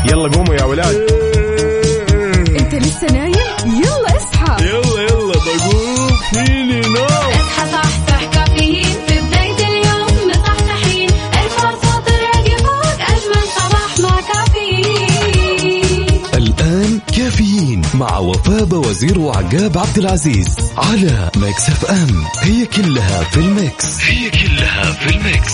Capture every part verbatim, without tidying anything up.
يلا قوموا يا ولاد. انت لسه نايم؟ يلا اصحى. يلا يلا بقوم فيني نوم. اصحى صحصح كافيين في بداية اليوم مصحصحين. الفرصة تراقي فوق أجمل صباح مع كافيين. الآن كافيين مع وفاء بوزير وعقاب عبد العزيز على ميكس اف ام. هي كلها في الميكس. هي كلها في الميكس.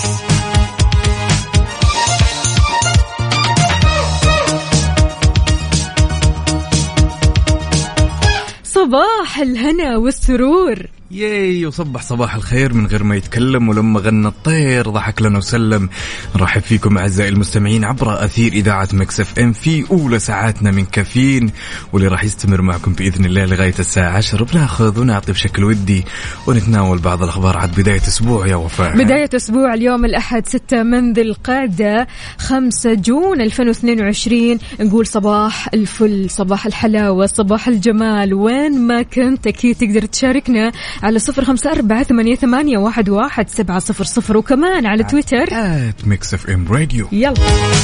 صباح الهنا والسرور. ياي وصبح صباح الخير من غير ما يتكلم، ولما غنى الطير ضحك لنا وسلم. نرحب فيكم أعزائي المستمعين عبر أثير إذاعة ميكس اف ام في أولى ساعاتنا من كافيين، واللي راح يستمر معكم بإذن الله لغاية الساعة عشر. بناخذ ونعطي بشكل ودي ونتناول بعض الأخبار عاد بداية أسبوع يا وفاء. بداية أسبوع اليوم الأحد ستة من ذي القعدة خمسة جون ألفين واثنين وعشرين. نقول صباح الفل، صباح الحلاوة، صباح الجمال. وين ما كنت أكيد تقدر تشاركنا على صفر خمسة أربعة ثمانية ثمانية واحد واحد سبعة صفر صفر، وكمان على تويتر آت ميكس اف ام راديو. يلا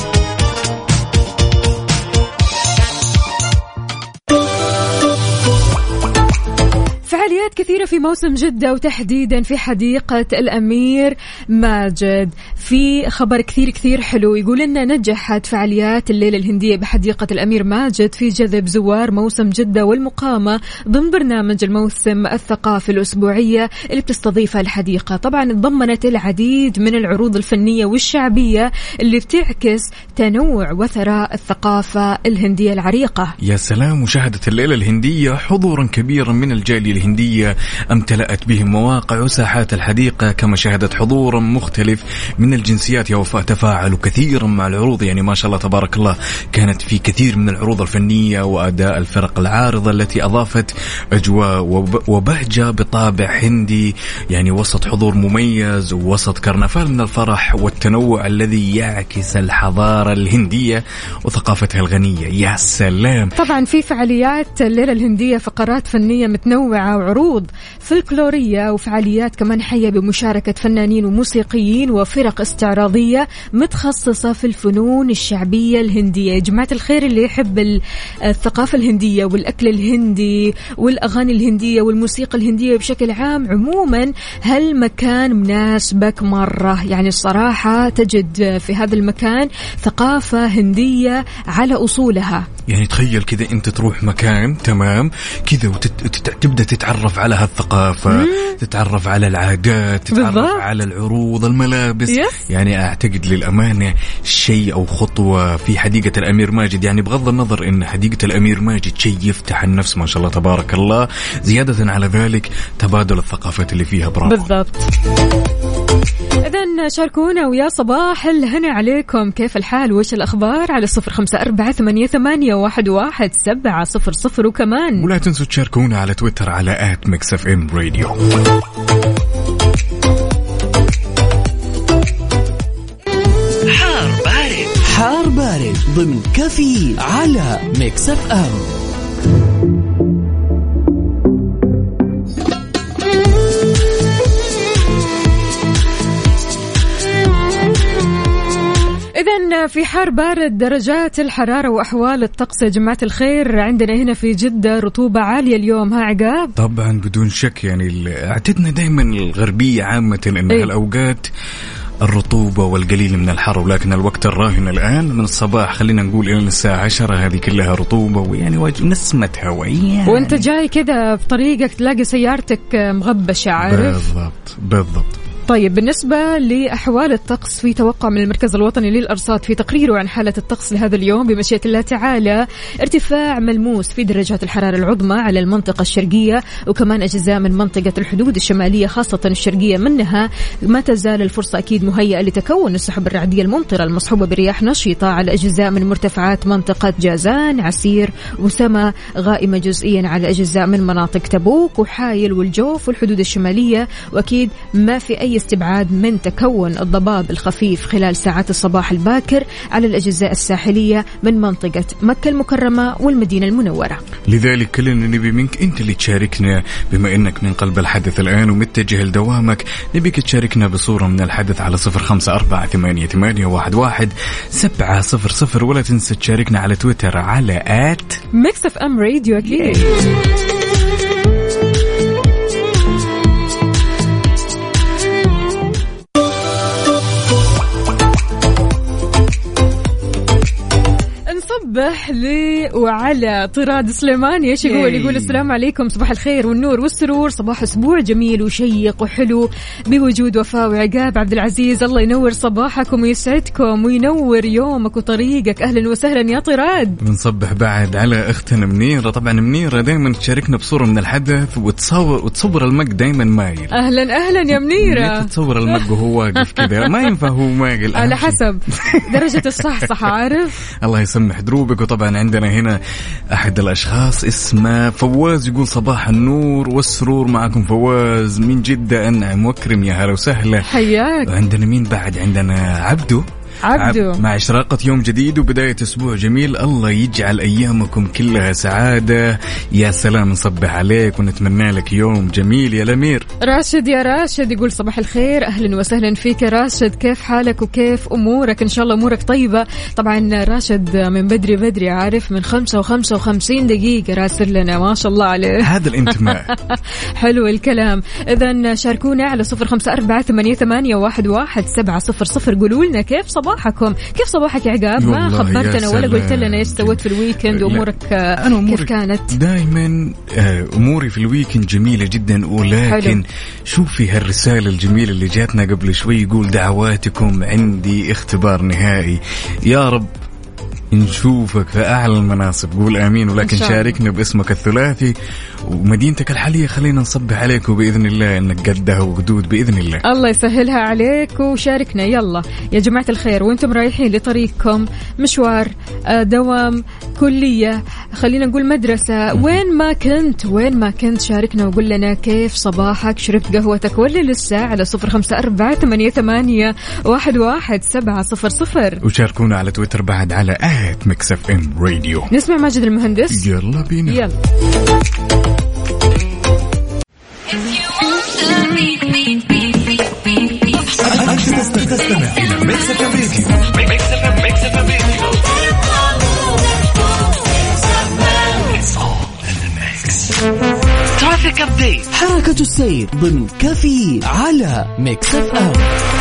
فعاليات كثيرة في موسم جدة وتحديدا في حديقة الأمير ماجد. في خبر كثير كثير حلو يقول لنا نجحت فعاليات الليلة الهندية بحديقة الأمير ماجد في جذب زوار موسم جدة والمقامة ضمن برنامج الموسم الثقافي الأسبوعية اللي بتستضيفها الحديقة. طبعا ضمنت العديد من العروض الفنية والشعبية اللي بتعكس تنوع وثراء الثقافة الهندية العريقة. يا سلام. وشهدت الليلة الهندية حضورا كبيرا من الجالية الهندية، امتلأت بهم مواقع وساحات الحديقة، كما شهدت حضورا مختلف من الجنسيات يا وفاء. تفاعلوا كثيرا مع العروض، يعني ما شاء الله تبارك الله. كانت في كثير من العروض الفنية وأداء الفرق العارضة التي أضافت أجواء وبهجة بطابع هندي، يعني وسط حضور مميز ووسط كرنفال من الفرح والتنوع الذي يعكس الحضارة الهندية وثقافتها الغنية. يا سلام. طبعا في فعاليات الليلة الهندية فقرات فنية متنوعة وعروض فلكلورية وفعاليات كمان حية بمشاركة فنانين وموسيقيين وفرق استعراضية متخصصة في الفنون الشعبية الهندية. يا جماعة الخير، اللي يحب الثقافة الهندية والأكل الهندي والأغاني الهندية والموسيقى الهندية بشكل عام عموما، هالمكان مناسبك مرة. يعني الصراحة تجد في هذا المكان ثقافة هندية على أصولها. يعني تخيل كذا أنت تروح مكان تمام كذا وتبدأ تتعرف على هالثقافة، مم. تتعرف على العادات، تتعرف بالضبط. على العروض، الملابس. يس. يعني أعتقد للأمانة شيء أو خطوة في حديقة الأمير ماجد. يعني بغض النظر إن حديقة الأمير ماجد شيء يفتح النفس ما شاء الله تبارك الله، زيادة على ذلك تبادل الثقافات اللي فيها. برافو. بالضبط. إذن شاركونا ويا صباح الهنا عليكم، كيف الحال وش الأخبار على صفر خمسة أربعة ثمانية ثمانية واحد واحد سبعة صفر صفر، وكمان ولا تنسوا تشاركونا على تويتر على آت ميكس اف ام راديو. حار بارد حار بارد ضمن كافيين على ميكس اف ام. إذن في حار بارد درجات الحرارة وأحوال الطقس يا جماعة الخير. عندنا هنا في جدة رطوبة عالية اليوم، ها عقاب؟ طبعا بدون شك. يعني اعتدنا دائما الغربية عامة إن إيه؟ هالأوقات الرطوبة والقليل من الحر، ولكن الوقت الراهن الآن من الصباح خلينا نقول إلى الساعة عشرة هذه كلها رطوبة، ويعني واجب نسمة هوائية. يعني وانت جاي كذا بطريقك تلاقي سيارتك مغبشة، عارف؟ بالضبط بالضبط. طيب بالنسبة لأحوال الطقس، في توقع من المركز الوطني للأرصاد في تقريره عن حالة الطقس لهذا اليوم بمشيئة الله تعالى ارتفاع ملموس في درجات الحرارة العظمى على المنطقة الشرقية وكمان أجزاء من منطقة الحدود الشمالية خاصة الشرقية منها. ما تزال الفرصة أكيد مهيئة لتكون السحب الرعدية الممطرة المصحوبة برياح نشطة على أجزاء من مرتفعات منطقة جازان عسير وسما، غائمة جزئيا على أجزاء من مناطق تبوك وحايل والجوف والحدود الشمالية. وأكيد ما في أي استبعاد من تكون الضباب الخفيف خلال ساعات الصباح الباكر على الأجزاء الساحلية من منطقة مكة المكرمة والمدينة المنورة. لذلك كلنا نبي منك أنت اللي تشاركنا، بما أنك من قلب الحدث الآن ومتجه لدوامك، نبيك تشاركنا بصورة من الحدث على صفر خمسة أربعة ثمانية ثمانية واحد واحد سبعة صفر صفر، ولا تنسى تشاركنا على تويتر على آت ميكس اف ام راديو. أكيد نصبح لي وعلى طراد سليماني. ايش يقول؟ يقول السلام عليكم، صباح الخير والنور والسرور، صباح اسبوع جميل وشيق وحلو بوجود وفاء وعقاب عبد العزيز. الله ينور صباحكم ويسعدكم وينور يومك وطريقك. اهلا وسهلا يا طراد. بنصبح بعد على اختنا منيره. طبعا منيره دائما تشاركنا بصوره من الحدث وتصور وتصور المج دائما مايل. اهلا اهلا يا منيره. تصور المج وهو واقف كذا ما ينفع هو مايل على حسب درجه الصحصحه عارف. الله يسمح دروبك. وطبعا عندنا هنا أحد الأشخاص اسمه فواز، يقول صباح النور والسرور، معكم فواز من جدة أنعم وأكرم، يا هلا وسهلا حياك. وعندنا مين بعد؟ عندنا عبدو عبدو مع إشراقة يوم جديد وبداية أسبوع جميل، الله يجعل أيامكم كلها سعادة. يا سلام، نصبح عليك ونتمنى لك يوم جميل يا الأمير. راشد يا راشد يقول صباح الخير، أهلا وسهلا فيك راشد، كيف حالك وكيف أمورك؟ إن شاء الله أمورك طيبة. طبعا راشد من بدري بدري عارف، من خمسة وخمسة وخمسين دقيقة راسل لنا، ما شاء الله عليه. هذا الانتماء حلو الكلام. إذن شاركونا على صفر خمسة أربعة ثمانية ثمانية واحد واحد سبعة صفر صفر. قولوا لنا كيف صباح صباحكم، كيف صباحك يا عقاب؟ ما خبرتنا ولا قلت لنا ايش سويت في الويكند وامورك كيف كانت؟ دائما اموري في الويكند جميله جدا، ولكن حلو. شوفي هالرساله الجميله اللي جاتنا قبل شوي، يقول دعواتكم عندي اختبار نهائي، يا رب نشوفك في أعلى المناصب، قول آمين. ولكن شاركنا باسمك الثلاثي ومدينتك الحالية، خلينا نصبح عليك وبإذن الله أنك قدها وقدود بإذن الله. الله يسهلها عليك وشاركنا. يلا يا جماعة الخير، وانتم رايحين لطريقكم، مشوار، دوام، كلية، خلينا نقول مدرسة، وين ما كنت وين ما كنت شاركنا وقول لنا كيف صباحك، شربت قهوتك ولا لسه؟ على صفر خمسة أربعة ثمانية ثمانية واحد واحد سبعة صفر صفر. وشاركونا على تويتر بعد على آت ميكس اف ام راديو. نسمع ماجد المهندس، يلا بينا. يلا. أنت تستمع إلى ميكس اف ام راديو. ميكس اف ام ميكس اف ام راديو. ترافيك أبديت، حركة السير ضمن كافيين على ميكس اف ام.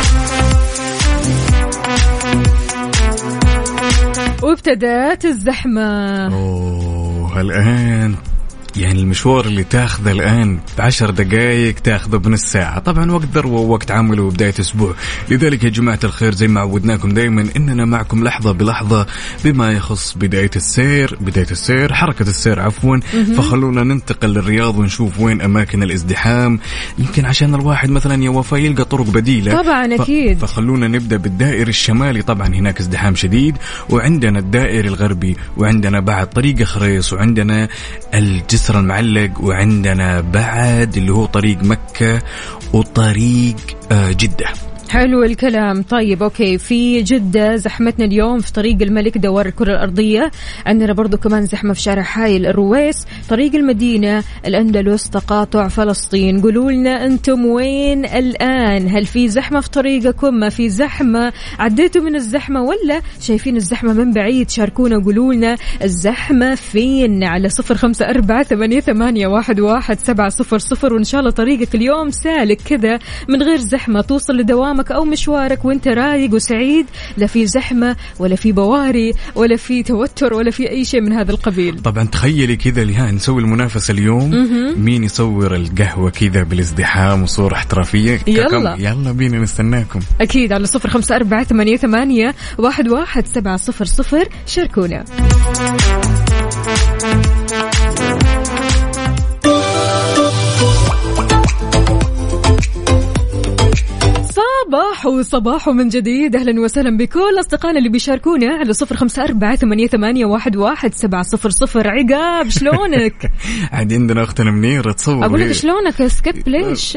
وابتدأت الزحمة. أوه الآن يعني المشوار اللي تاخذه الآن بعشر دقائق تاخذه بنص ساعة. طبعا وقت ذروة ووقت عمل وبداية أسبوع، لذلك يا جماعة الخير زي ما عودناكم دايما إننا معكم لحظة بلحظة بما يخص بداية السير بداية السير حركة السير عفوا. فخلونا ننتقل للرياض ونشوف وين أماكن الازدحام، يمكن عشان الواحد مثلا يا وفاء يلقى طرق بديلة. طبعا أكيد. فخلونا نبدأ بالدائري الشمالي، طبعا هناك ازدحام شديد، وعندنا الدائري الغربي، وعندنا بعد طريق خريص، وعندنا الجسر المعلق، وعندنا بعد اللي هو طريق مكة وطريق جدة. حلو الكلام. طيب أوكي، في جدة زحمتنا اليوم في طريق الملك دوار الكرة الأرضية، عندنا برضو كمان زحمة في شارع حائل الرويس، طريق المدينة، الأندلس، تقاطع فلسطين. قولوا لنا أنتم وين الآن؟ هل في زحمة في طريقكم؟ ما في زحمة؟ عديتوا من الزحمة ولا شايفين الزحمة من بعيد؟ شاركونا وقولوا لنا الزحمة فين على صفر خمسة أربعة ثمانية ثمانية واحد واحد سبعة صفر صفر. وإن شاء الله طريقك اليوم سالك كذا من غير زحمة، توصل لدوام أو مشوارك وانت رايق وسعيد، لا في زحمة ولا في بواري ولا في توتر ولا في أي شيء من هذا القبيل. طبعا تخيلي كذا اللي ها نسوي المنافسة اليوم، م-م. مين يصور القهوة كذا بالازدحام وصورة احترافية؟ يلا يلا بينا نستناكم أكيد على صفر خمسة أربعة ثمانية ثمانية واحد واحد سبعة صفر صفر. شاركونا. صباح وصباح من جديد. أهلا وسهلا بكل أصدقائنا اللي بيشاركونا على صفر خمسة أربعة ثمانية ثمانية واحد واحد سبعة صفر صفر. عقاب شلونك؟ عاد عندنا أختنا منيرة تصور. أقول لك شلونك سكت ليش؟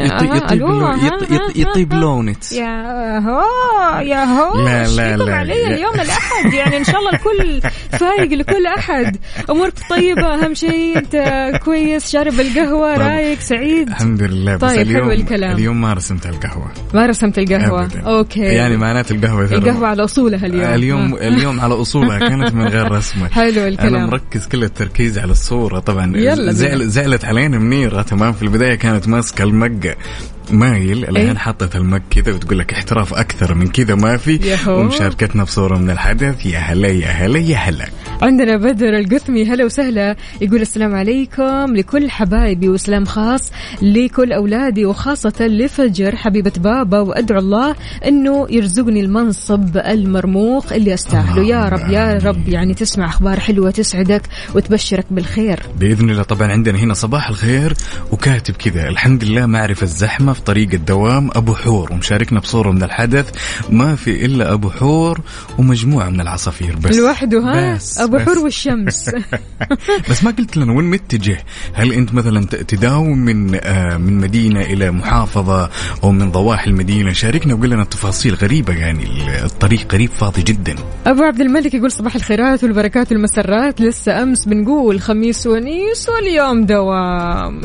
يطيب لونت يا هو يا هو لا لا لا علي اليوم الأحد يعني إن شاء الله الكل فايق لكل أحد. أمورك طيبة أهم شيء، أنت كويس شارب القهوة رايق سعيد؟ الحمد لله. بس طيب اليوم الكلام. اليوم ما رسمت القهوة ما رسمت القهوة أبداً. أوكي يعني معنات القهوة القهوة على أصولها اليوم اليوم آه. اليوم على أصولها كانت من غير رسمة. حلو الكلام. أنا مركز كل التركيز على الصورة طبعا. زعل زعلت علينا منيرة تمام. في البداية كانت ماسكة المج مايل الآن إيه؟ حطت المج كذا وتقول لك احتراف أكثر من كذا ما في، يهو. ومشاركتنا بصورة من الحدث. يا هلا يا هلا يا هلا. عندنا بدر القثمي هلا وسهلا، يقول السلام عليكم لكل حبايبي وسلام خاص لكل أولادي وخاصة لفجر حبيبة بابا، وأدعو الله أنه يرزقني المنصب المرموق اللي أستاهله. يا رب يا رب. يعني تسمع أخبار حلوة تسعدك وتبشرك بالخير بإذن الله. طبعا عندنا هنا صباح الخير وكاتب كذا الحمد لله ما أعرف الزحمة في طريق الدوام أبو حور، ومشاركنا بصورة من الحدث ما في إلا أبو حور ومجموعة من العصافير بس لوحده. ها بس أبو بس حور والشمس. بس ما قلت لنا وين متجه. هل أنت مثلا تداوم من آه من مدينة إلى محافظة أو من ضواحي المدينة؟ شاركنا وقل لنا التفاصيل. غريبة يعني الطريق قريب فاضي جدا. أبو عبد الملك يقول صباح الخيرات والبركات والمسرات، لسه أمس بنقول خميس ونيس واليوم دوام.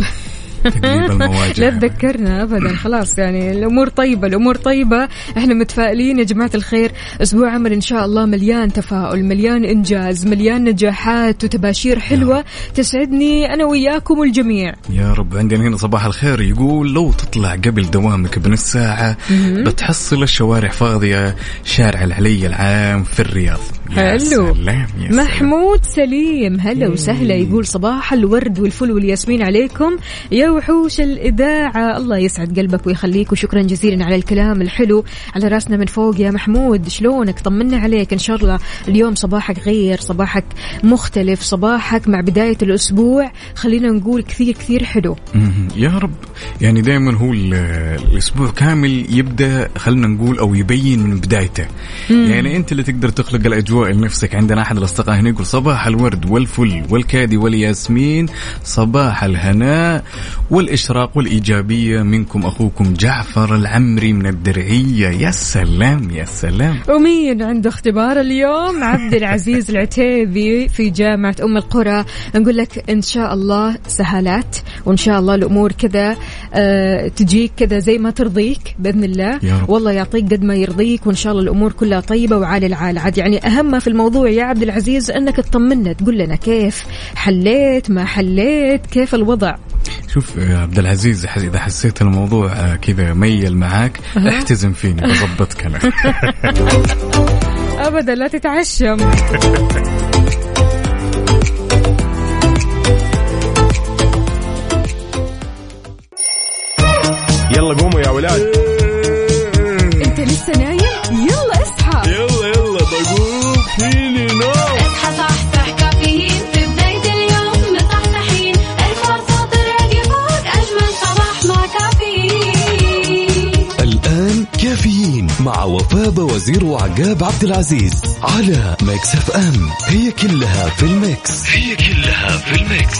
لا تذكرنا أبدا. خلاص يعني الأمور طيبة الأمور طيبة. احنا متفائلين يا جماعة الخير. أسبوع عمل إن شاء الله مليان تفاؤل مليان إنجاز مليان نجاحات وتباشير حلوة تسعدني أنا وياكم والجميع يا رب. عندنا هنا صباح الخير يقول لو تطلع قبل دوامك بنص ساعة بتحصل الشوارع فاضية، شارع العلي العام في الرياض. حلو. سلام يا محمود سليم هلا وسهلا، يقول صباح الورد والفل والياسمين عليكم يا وحوش الإذاعة. الله يسعد قلبك ويخليك، وشكرا جزيلا على الكلام الحلو على راسنا من فوق يا محمود. شلونك؟ طمنا عليك. إن شاء الله اليوم صباحك غير، صباحك مختلف، صباحك مع بداية الأسبوع خلينا نقول كثير كثير حلو يا رب. يعني دائما هو الأسبوع كامل يبدأ خلينا نقول أو يبين من بدايته. مم. يعني أنت اللي تقدر تخلق الأجواء لنفسك. عندنا أحد الأصدقاء هنا يقول صباح الورد والفل والكادي والياسمين، صباح الهناء والإشراق والإيجابية منكم أخوكم جعفر العمري من الدرعية. يا سلام يا سلام. ومين عنده اختبار اليوم؟ عبد العزيز العتيبي في جامعة أم القرى. نقول لك إن شاء الله سهالات، وإن شاء الله الأمور كذا أه تجيك كذا زي ما ترضيك بإذن الله. والله يعطيك قد ما يرضيك، وإن شاء الله الأمور كلها طيبة وعالي العال. عاد يعني أهم ما في الموضوع يا عبد العزيز أنك تطمنا، تقول لنا كيف حليت ما حليت كيف الوضع. شوف يا عبد العزيز إذا حسيت الموضوع كذا ميل معاك أه. احتزم فيني بضبطك أنا. أبدا لا تتعشم. يلا قوموا يا ولاد. انت لسه نايم؟ يلا اصحى. يلا يلا بقوم فيني نوم. اصحى صحصح كافيين في بداية اليوم مصحصحين، الفرصة تراقي فوق أجمل صباح مع كافيين. الآن كافيين مع وفاء وزير وعقاب عبد العزيز على ميكس اف ام. هي كلها في الميكس. هي كلها في الميكس.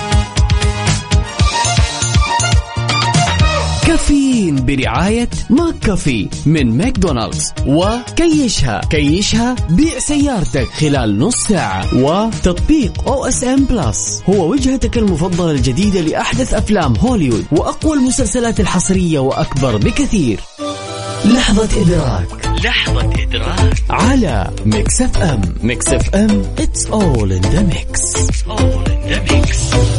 كافيين برعاية ماك كافي من ماكدونالدز، وكيشها كيشها بيع سيارتك خلال نص ساعة، وتطبيق او اس ام بلس هو وجهتك المفضلة الجديدة لأحدث أفلام هوليوود وأقوى المسلسلات الحصرية وأكبر بكثير. لحظة إدراك لحظة إدراك على ميكس اف ام. ميكس اف ام it's all in the mix. It's all in the mix.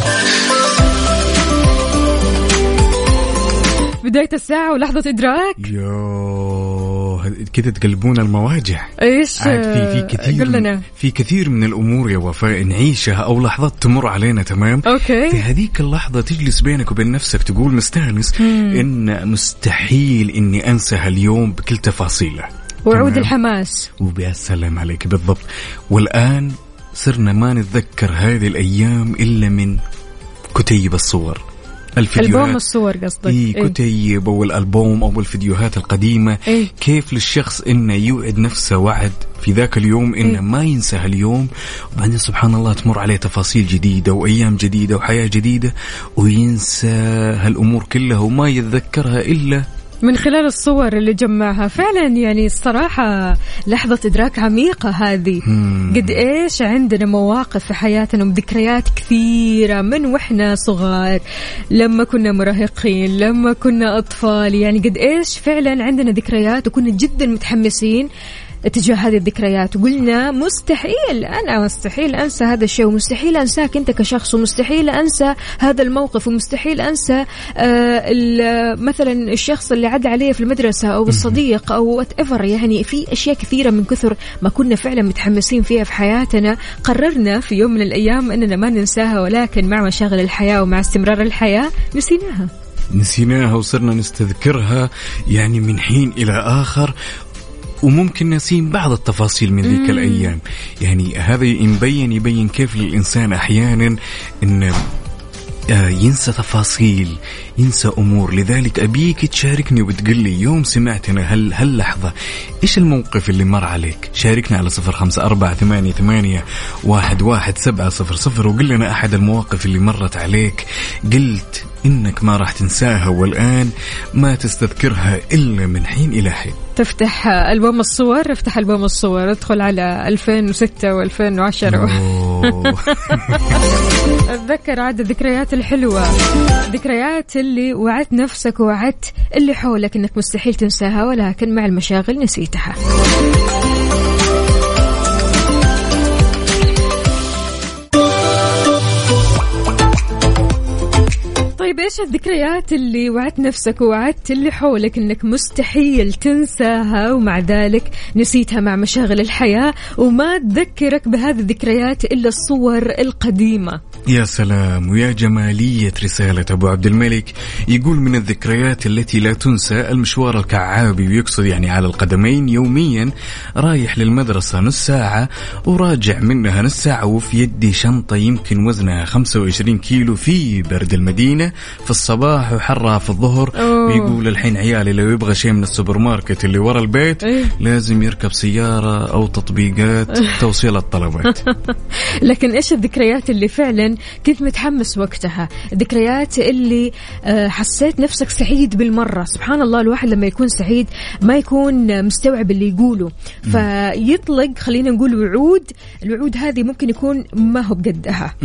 بداية الساعة ولحظة إدراك. يو كده تقلبون المواجع. إيش عاد في في كثير لنا. في كثير من الأمور يا وفاء نعيشها أو لحظات تمر علينا تمام. أوكي. في هذيك اللحظة تجلس بينك وبين نفسك تقول مستانس مم. إن مستحيل إني أنسى اليوم بكل تفاصيله. وعود الحماس. وبيا السلام عليك بالضبط. والآن صرنا ما نتذكر هذه الأيام إلا من كتيب الصور. الفيديوهات ألبوم الصور قصدك؟ إيه إيه؟ كتيب أو الألبوم أو الفيديوهات القديمة. إيه؟ كيف للشخص إنه يوعد نفسه وعد في ذاك اليوم إنه إيه؟ ما ينسى هاليوم، وبعدين سبحان الله تمر عليه تفاصيل جديدة وأيام جديدة وحياة جديدة وينسى هالأمور كلها وما يتذكرها إلا من خلال الصور اللي جمعها. فعلا يعني الصراحة لحظة إدراك عميقة هذه. قد إيش عندنا مواقف في حياتنا وذكريات كثيرة من وإحنا صغار، لما كنا مراهقين، لما كنا أطفال. يعني قد إيش فعلا عندنا ذكريات وكنا جدا متحمسين تجاه هذه الذكريات، وقلنا مستحيل أنا مستحيل أنسى هذا الشيء، ومستحيل أنساك أنت كشخص، ومستحيل أنسى هذا الموقف، ومستحيل أنسى آه مثلا الشخص اللي عدى عليه في المدرسة أو الصديق أو whatever. يعني في أشياء كثيرة من كثر ما كنا فعلا متحمسين فيها في حياتنا قررنا في يوم من الأيام أننا ما ننساها، ولكن مع مشاغل الحياة ومع استمرار الحياة نسيناها نسيناها وصرنا نستذكرها يعني من حين إلى آخر، وممكن نسيم بعض التفاصيل من ذيك الأيام. يعني هذا يبين يبين كيف للإنسان أحيانا إن ينسى تفاصيل، ينسى أمور. لذلك أبيك تشاركني وتقول لي يوم سمعتنا هل هاللحظة إيش الموقف اللي مر عليك. شاركنا على صفر خمسة أربعة ثمانية ثمانية واحد واحد سبعة صفر صفر وقل لنا أحد المواقف اللي مرت عليك قلت إنك ما راح تنساها والآن ما تستذكرها إلا من حين إلى حين. تفتح ألبوم الصور، افتح ألبوم الصور، ادخل على ألفين وستة وألفين وعشرة. أتذكر عاد الذكريات الحلوة، ذكريات اللي وعدت نفسك ووعدت اللي حولك إنك مستحيل تنساها، ولكن مع المشاغل نسيتها. طيب إيش الذكريات اللي وعدت نفسك ووعدت اللي حولك إنك مستحيل تنساها ومع ذلك نسيتها مع مشاغل الحياة، وما تذكرك بهذه الذكريات إلا الصور القديمة؟ يا سلام ويا جمالية رسالة أبو عبد الملك. يقول من الذكريات التي لا تنسى المشوار الكعابي، ويقصد يعني على القدمين يوميا، رايح للمدرسة نص ساعة وراجع منها نص ساعة، وفي يدي شنطة يمكن وزنها خمسة وعشرين كيلو في برد المدينة في الصباح وحرها في الظهر. أوه. ويقول الحين عيالي لو يبغى شيء من السوبر ماركت اللي ورا البيت إيه؟ لازم يركب سيارة أو تطبيقات توصيل الطلبات. لكن إيش الذكريات اللي فعلا كنت متحمس وقتها؟ الذكريات اللي حسيت نفسك سعيد بالمرة. سبحان الله، الواحد لما يكون سعيد ما يكون مستوعب اللي يقوله، فيطلق خلينا نقول وعود. الوعود هذه ممكن يكون ما هو بقدها.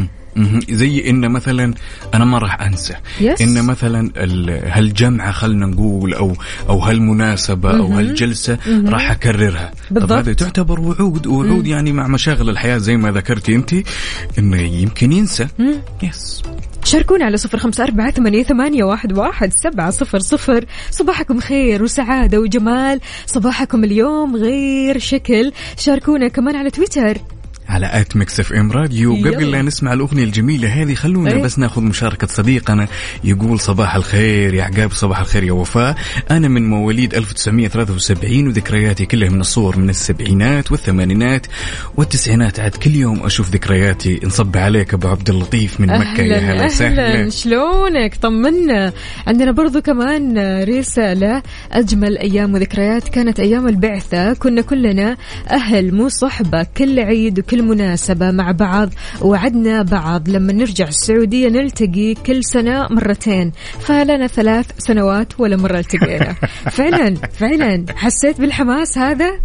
زي إن مثلا أنا ما راح أنسى yes. إن مثلا هالجمعة خلنا نقول أو أو هالمناسبة mm-hmm. أو هالجلسة mm-hmm. راح أكررها. طب هذا تعتبر وعود وعود mm-hmm. يعني مع مشاغل الحياة زي ما ذكرتي أنت إنه يمكن ينسى. mm-hmm. يس yes. شاركونا على صفر خمسة أربعة ثمانية ثمانية واحد واحد سبعة صفر صفر. صباحكم خير وسعادة وجمال، صباحكم اليوم غير شكل. شاركونا كمان على تويتر على آت ميكس اف ام راديو. قبل لا نسمع الأغنية الجميلة هذه خلونا أيه؟ بس ناخذ مشاركة صديقنا. يقول صباح الخير يا عقاب، صباح الخير يا وفاء. أنا من مواليد ألف وتسعمية وثلاثة وسبعين وذكرياتي كلها من الصور من السبعينات والثمانينات والتسعينات. عاد كل يوم أشوف ذكرياتي. نصب عليك أبو عبد اللطيف من مكة. يا هلا وسهلا، شلونك؟ طمنا. عندنا برضو كمان رسالة، أجمل أيام وذكريات كانت أيام البعثة، كنا كلنا أهل مو صحبة، كل عيد وكل مناسبة مع بعض، وعدنا بعض لما نرجع السعودية نلتقي كل سنة مرتين، فلنا ثلاث سنوات ولا مرة التقينا. فعلا فعلا حسيت بالحماس هذا.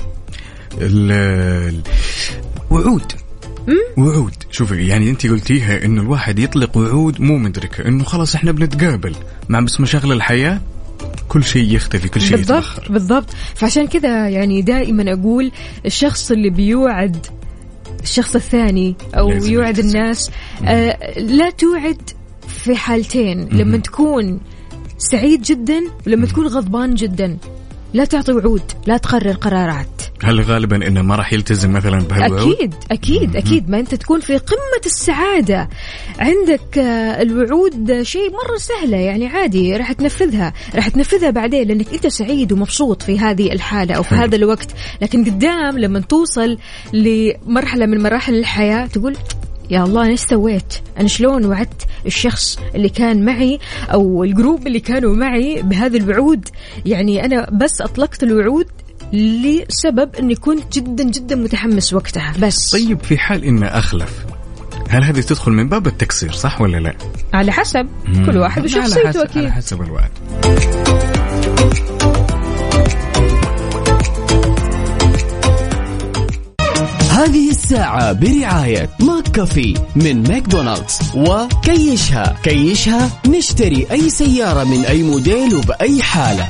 وعود وعود. شوفي يعني انت قلتيها انه الواحد يطلق وعود مو مدركة انه خلاص احنا بنتقابل، مع بس مشاغل الحياة كل شيء يختفي، كل شيء بالضبط يتبخر. بالضبط. فعشان كذا يعني دائما أقول الشخص اللي بيوعد الشخص الثاني أو يوعد الناس، آه لا توعد في حالتين، لما تكون سعيد جدا ولما تكون غضبان جدا. لا تعطي وعود، لا تقرر قرارات. هل غالبا إنه ما راح يلتزم مثلا بهالوعود؟ أكيد أكيد أكيد. ما أنت تكون في قمة السعادة، عندك الوعود شيء مرة سهلة، يعني عادي راح تنفذها راح تنفذها بعدين لأنك أنت سعيد ومبسوط في هذه الحالة أو في هذا الوقت. لكن قدام لما توصل لمرحلة من مراحل الحياة تقول يا الله ايش سويت، انا شلون وعدت الشخص اللي كان معي او الجروب اللي كانوا معي بهذه الوعود. يعني انا بس اطلقت الوعود لسبب اني كنت جدا جدا متحمس وقتها بس. طيب في حال انه اخلف، هل هذه تدخل من باب التقصير صح ولا لا؟ على حسب مم. كل واحد وشخصيته اكيد، على حسب الوعد. هذه الساعة برعاية ماك كافي من ماكدونالدز وكيشها. كيشها نشتري أي سيارة من أي موديل وبأي حالة.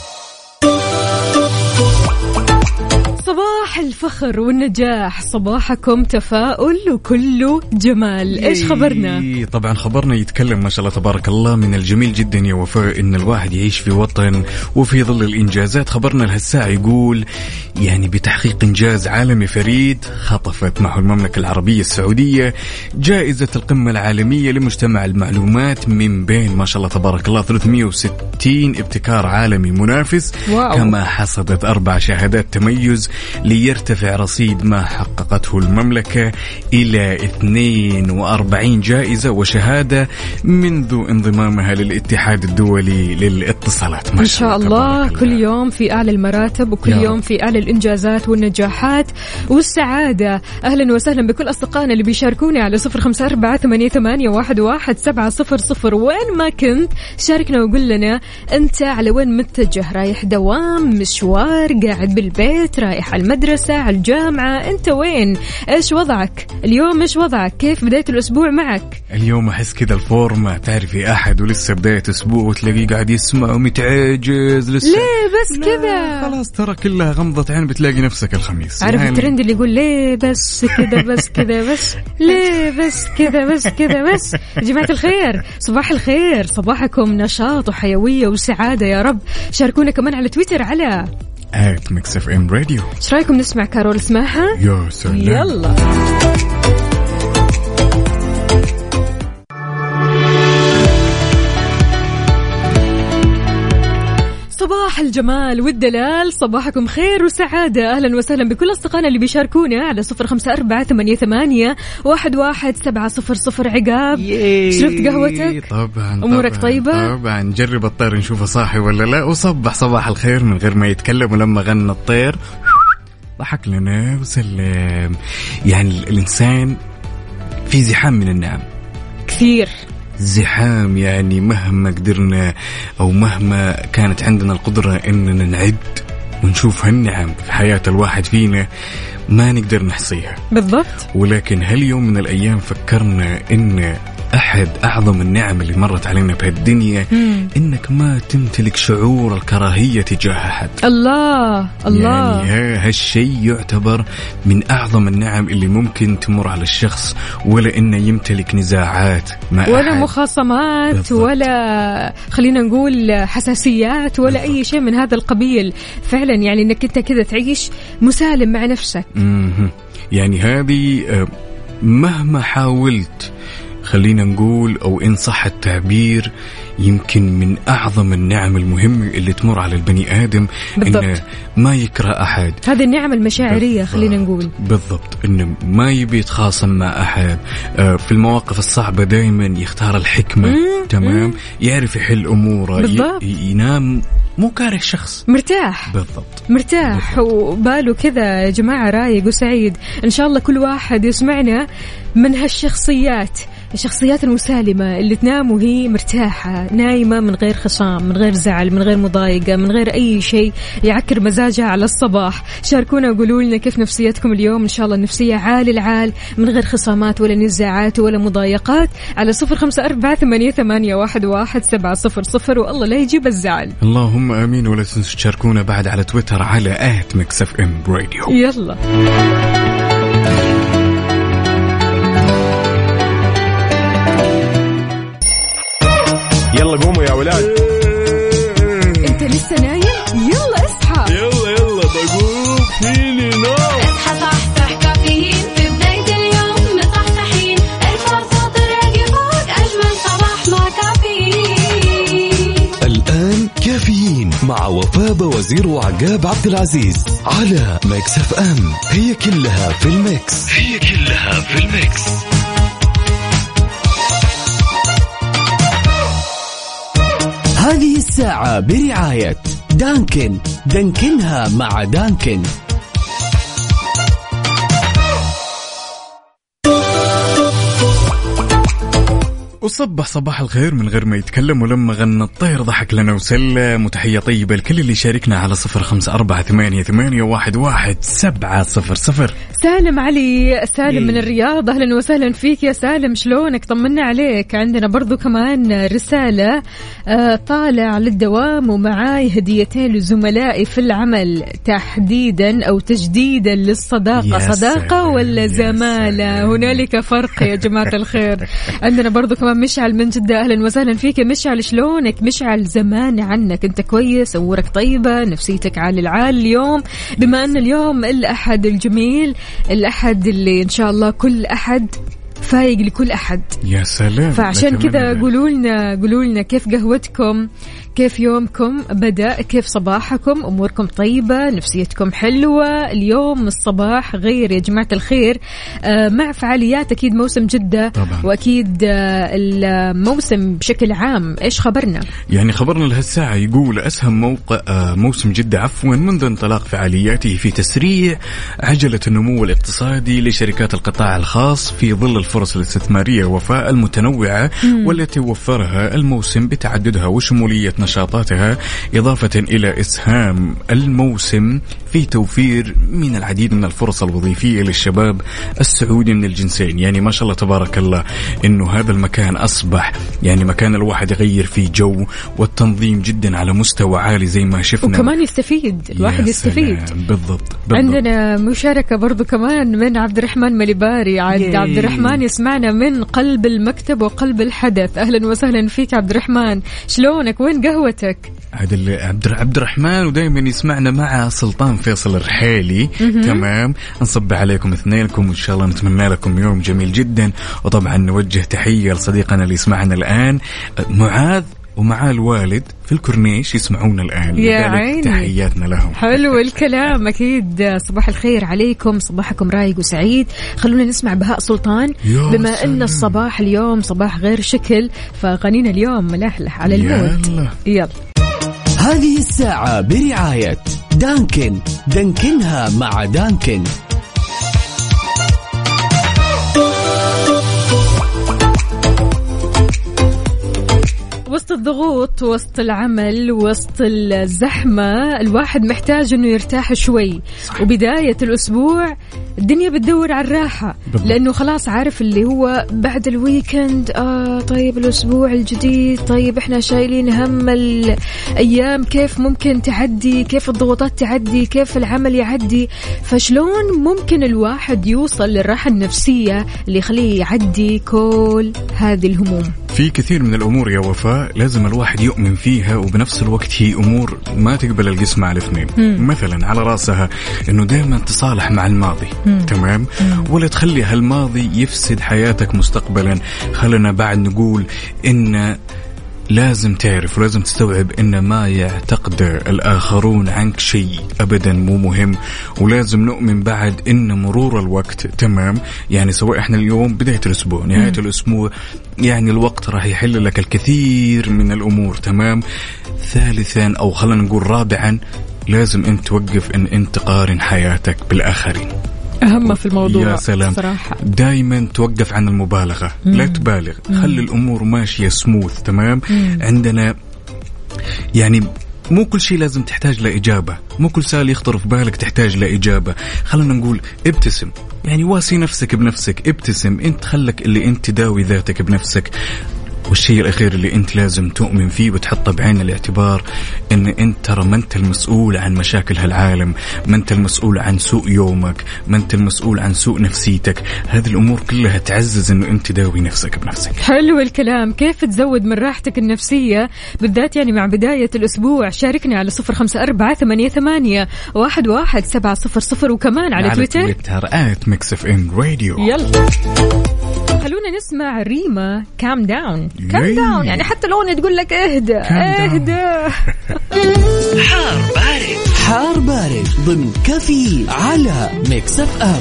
صباح الفخر والنجاح، صباحكم تفاؤل وكله جمال. ايش خبرنا؟ طبعا خبرنا يتكلم ما شاء الله تبارك الله من الجميل جدا يا وفاء ان الواحد يعيش في وطن وفي ظل الانجازات. خبرنا لهالساعة يقول يعني بتحقيق انجاز عالمي فريد خطفت معه المملكة العربية السعودية جائزة القمة العالمية لمجتمع المعلومات من بين ما شاء الله تبارك الله ثلاثمئة وستين ابتكار عالمي منافس. واو. كما حصدت اربع شهادات تميز ليرتفع رصيد ما حققته المملكة إلى اثنين وأربعين جائزة وشهادة منذ انضمامها للاتحاد الدولي للاتصالات. ما شاء الله كل يوم في أعلى المراتب وكل يوم في أعلى الإنجازات والنجاحات والسعادة. أهلا وسهلا بكل أصدقائنا اللي بيشاركونا على صفر خمسة أربعة ثمانية ثمانية واحد واحد سبعة صفر صفر. وين ما كنت شاركنا وقول لنا أنت على وين متجه، رايح دوام، مشوار، قاعد بالبيت، رايح على المدرسة، على الجامعة، أنت وين؟ إيش وضعك اليوم؟ إيش وضعك؟ كيف بداية الأسبوع معك؟ اليوم أحس كذا الفورمة، تعرفي أحد ولسه بداية أسبوع وتلاقيه قاعد يسمع ومتعجز لسه. ليه بس كذا؟ خلاص ترى كلها غمضة عين بتلاقي نفسك الخميس. عارف يعني الترند اللي يقول ليه بس كذا بس كذا بس ليه بس كذا بس كذا بس. يا جماعة الخير صباح الخير، صباحكم نشاط وحيوية وسعادة يا رب. شاركونا كمان على تويتر على آت ميكس اف ام راديو. ايش رايكم نسمع كارول اسمعها؟ يا سلام. يلا صباح الجمال والدلال، صباحكم خير وسعادة. أهلا وسهلا بكل أصدقائنا اللي بيشاركونا على صفر خمسة أربعة ثمانية ثمانية واحد واحد سبعة صفر صفر. عقاب شربت قهوتك؟ طبعا. أمورك طبعا طيبة؟ طبعا. جرب الطير نشوفه صاحي ولا لا، وصبح صباح الخير من غير ما يتكلم. ولما غنى الطير ضحك لنا وسلم. يعني الإنسان في زحام من النعم كثير زحام، يعني مهما قدرنا أو مهما كانت عندنا القدرة إننا نعد ونشوف هالنعم في حياة الواحد فينا ما نقدر نحصيها بالضبط. ولكن هل يوم من الأيام فكرنا إن أحد أعظم النعم اللي مرت علينا بهالدنيا مم. إنك ما تمتلك شعور الكراهية تجاه أحد؟ الله الله، يعني هالشيء يعتبر من أعظم النعم اللي ممكن تمر على الشخص، ولا إنه يمتلك نزاعات مع ولا أحد، مخاصمات بالضبط. ولا خلينا نقول حساسيات ولا بالضبط. أي شيء من هذا القبيل. فعلا يعني إنك أنت كذا تعيش مسالم مع نفسك. مم. يعني هذه مهما حاولت خلينا نقول أو إن صح التعبير يمكن من أعظم النعم المهمة اللي تمر على البني آدم بالضبط. إنه ما يكره أحد. هذه النعم المشاعرية خلينا نقول بالضبط، إنه ما يبي يتخاصم مع أحد في المواقف الصعبة، دايما يختار الحكمة. مم. تمام. مم. يعرف يحل أموره. بالضبط. ينام مو كاره شخص، مرتاح. بالضبط مرتاح بالضبط. وباله كذا يا جماعة رايق وسعيد. إن شاء الله كل واحد يسمعنا من هالشخصيات، الشخصيات المسالمة اللي تنام وهي مرتاحة، نايمة من غير خصام، من غير زعل، من غير مضايقة، من غير أي شيء يعكر مزاجها على الصباح. شاركونا وقولوا لنا كيف نفسيتكم اليوم. إن شاء الله النفسية عال العال من غير خصامات ولا نزاعات ولا مضايقات على صفر خمسة أربعة ثمانية ثمانية واحد واحد سبعة صفر صفر. والله لا يجيب الزعل. اللهم آمين. ولا تنسوا تشاركونا بعد على تويتر على آت ميكس اف ام راديو. يلا يلا قوموا يا ولاد. انت لسه نايم؟ يلا اصحى. يلا يلا بقوم فيني نوم. اصحى صحصح كافيين في بداية اليوم مصحصحين. الفرصة تراقي فوق أجمل صباح مع كافيين. الآن كافيين مع وفاء وزير وعقاب عبد العزيز على ميكس اف ام. هي كلها في الميكس. هي كلها في الميكس. هذه الساعة برعاية دانكن، دانكنها مع دانكن. وصبح صباح الخير من غير ما يتكلم، ولما غنى الطير ضحك لنا وسلم. وتحية طيبة لكل اللي شاركنا على صفر خمسة أربعة ثمانية ثمانية واحد واحد سبعة صفر صفر. سالم علي، سالم من الرياض، أهلا وسهلا فيك يا سالم، شلونك؟ طمنا عليك. عندنا برضو كمان رسالة، آه طالع للدوام ومعاي هديتين لزملائي في العمل تحديدا أو تجديدا للصداقة. صداقة ولا زمالة؟ هنالك فرق يا جماعة الخير. عندنا برضو كمان مشعل من جدة، أهلا وسهلا فيك مشعل، شلونك مشعل؟ زمان عنك، أنت كويس؟ أمورك طيبة؟ نفسيتك عال العال اليوم؟ بما أن اليوم الأحد الجميل، الأحد اللي إن شاء الله كل أحد فايق لكل أحد. يا سلام. فعشان كذا قولوا لنا قولوا لنا كيف قهوتكم، كيف يومكم بدأ، كيف صباحكم، أموركم طيبة، نفسيتكم حلوة؟ اليوم الصباح غير يا جماعة الخير، آه مع فعاليات أكيد موسم جدة طبعا. وأكيد آه الموسم بشكل عام. إيش خبرنا؟ يعني خبرنا لهالساعة يقول أسهم موقع آه موسم جدة عفوا منذ انطلاق فعالياته في تسريع عجلة النمو الاقتصادي لشركات القطاع الخاص في ظل الفرص الاستثمارية وفاء المتنوعة م. والتي وفرها الموسم بتعددها وشمولية نشاطاتها، إضافة إلى إسهام الموسم في توفير من العديد من الفرص الوظيفية للشباب السعودي من الجنسين. يعني ما شاء الله تبارك الله إنه هذا المكان أصبح يعني مكان الواحد يغير فيه جو، والتنظيم جدا على مستوى عالي زي ما شفنا، وكمان يستفيد الواحد يستفيد. بالضبط, بالضبط. عندنا مشاركة برضو كمان من عبد الرحمن مليباري. عبد عبد الرحمن يسمعنا من قلب المكتب وقلب الحدث، أهلا وسهلا فيك عبد الرحمن، شلونك؟ وين قهوتك؟ عبد عبد الرحمن، ودائما يسمعنا مع سلطان فيصل الرحيلي. تمام، نصب عليكم اثنينكم وإن شاء الله نتمنى لكم يوم جميل جدا. وطبعا نوجه تحية لصديقنا اللي يسمعنا الآن معاذ ومع الوالد في الكورنيش يسمعونا الآن، لذلك تحياتنا لهم. حلو الكلام، أكيد صباح الخير عليكم، صباحكم رايق وسعيد. خلونا نسمع بهاء سلطان، بما أن الصباح اليوم صباح غير شكل، فغنينا اليوم ملحلح على المود. يلا, يلا. هذه الساعة برعاية دانكن، دانكنها مع دانكن. وسط الضغوط، وسط العمل، وسط الزحمة، الواحد محتاج انه يرتاح شوي. وبداية الأسبوع الدنيا بتدور على الراحة، لأنه خلاص عارف اللي هو بعد الويكند. آه طيب الأسبوع الجديد، طيب احنا شايلين هم الأيام كيف ممكن تعدي، كيف الضغوطات تعدي، كيف العمل يعدي. فشلون ممكن الواحد يوصل للراحة النفسية اللي يخليه يعدي كل هذه الهموم؟ في كثير من الأمور يا وفاء لازم الواحد يؤمن فيها، وبنفس الوقت هي أمور ما تقبل القسم على الاثنين. مثلا على رأسها أنه دائما تصالح مع الماضي. مم. تمام. مم. ولا تخلي هالماضي يفسد حياتك مستقبلا. خلنا بعد نقول إن لازم تعرف ولازم تستوعب إن ما يعتقد الآخرون عنك شيء أبدا مو مهم. ولازم نؤمن بعد إن مرور الوقت تمام، يعني سواء إحنا اليوم بداية الأسبوع نهاية م. الأسبوع، يعني الوقت راح يحل لك الكثير من الأمور. تمام. ثالثا أو خلنا نقول رابعا، لازم أنت توقف إن أنت تقارن حياتك بالآخرين. أهم في الموضوع. يا سلام. صراحة دايما توقف عن المبالغة. مم. لا تبالغ. مم. خلي الأمور ماشية سموث. تمام. مم. عندنا يعني مو كل شيء لازم تحتاج لإجابة، مو كل سؤال يخطر في بالك تحتاج لإجابة. خلنا نقول ابتسم، يعني واسي نفسك بنفسك، ابتسم، انت خلك اللي انت داوي ذاتك بنفسك. والشيء الأخير اللي أنت لازم تؤمن فيه وتحطه بعين الاعتبار، إن أنت ترى ما أنت المسؤول عن مشاكل هالعالم، ما أنت المسؤول عن سوء يومك، ما أنت المسؤول عن سوء نفسيتك. هذه الأمور كلها تعزز إنه أنت داوي نفسك بنفسك. حلو الكلام. كيف تزود من راحتك النفسية بالذات يعني مع بداية الأسبوع؟ شاركني على صفر خمسة أربعة ثمانية ثمانية واحد واحد سبعة صفر صفر، وكمان على, على تويتر تويتر آت ميكس إف إم راديو. يلا خلونا نسمع ريما كام داون. كام داون يعني حتى لو تقول لك اهدى اهدى. حار بارد، حار بارد ضمن كفي على ميكس اف ام.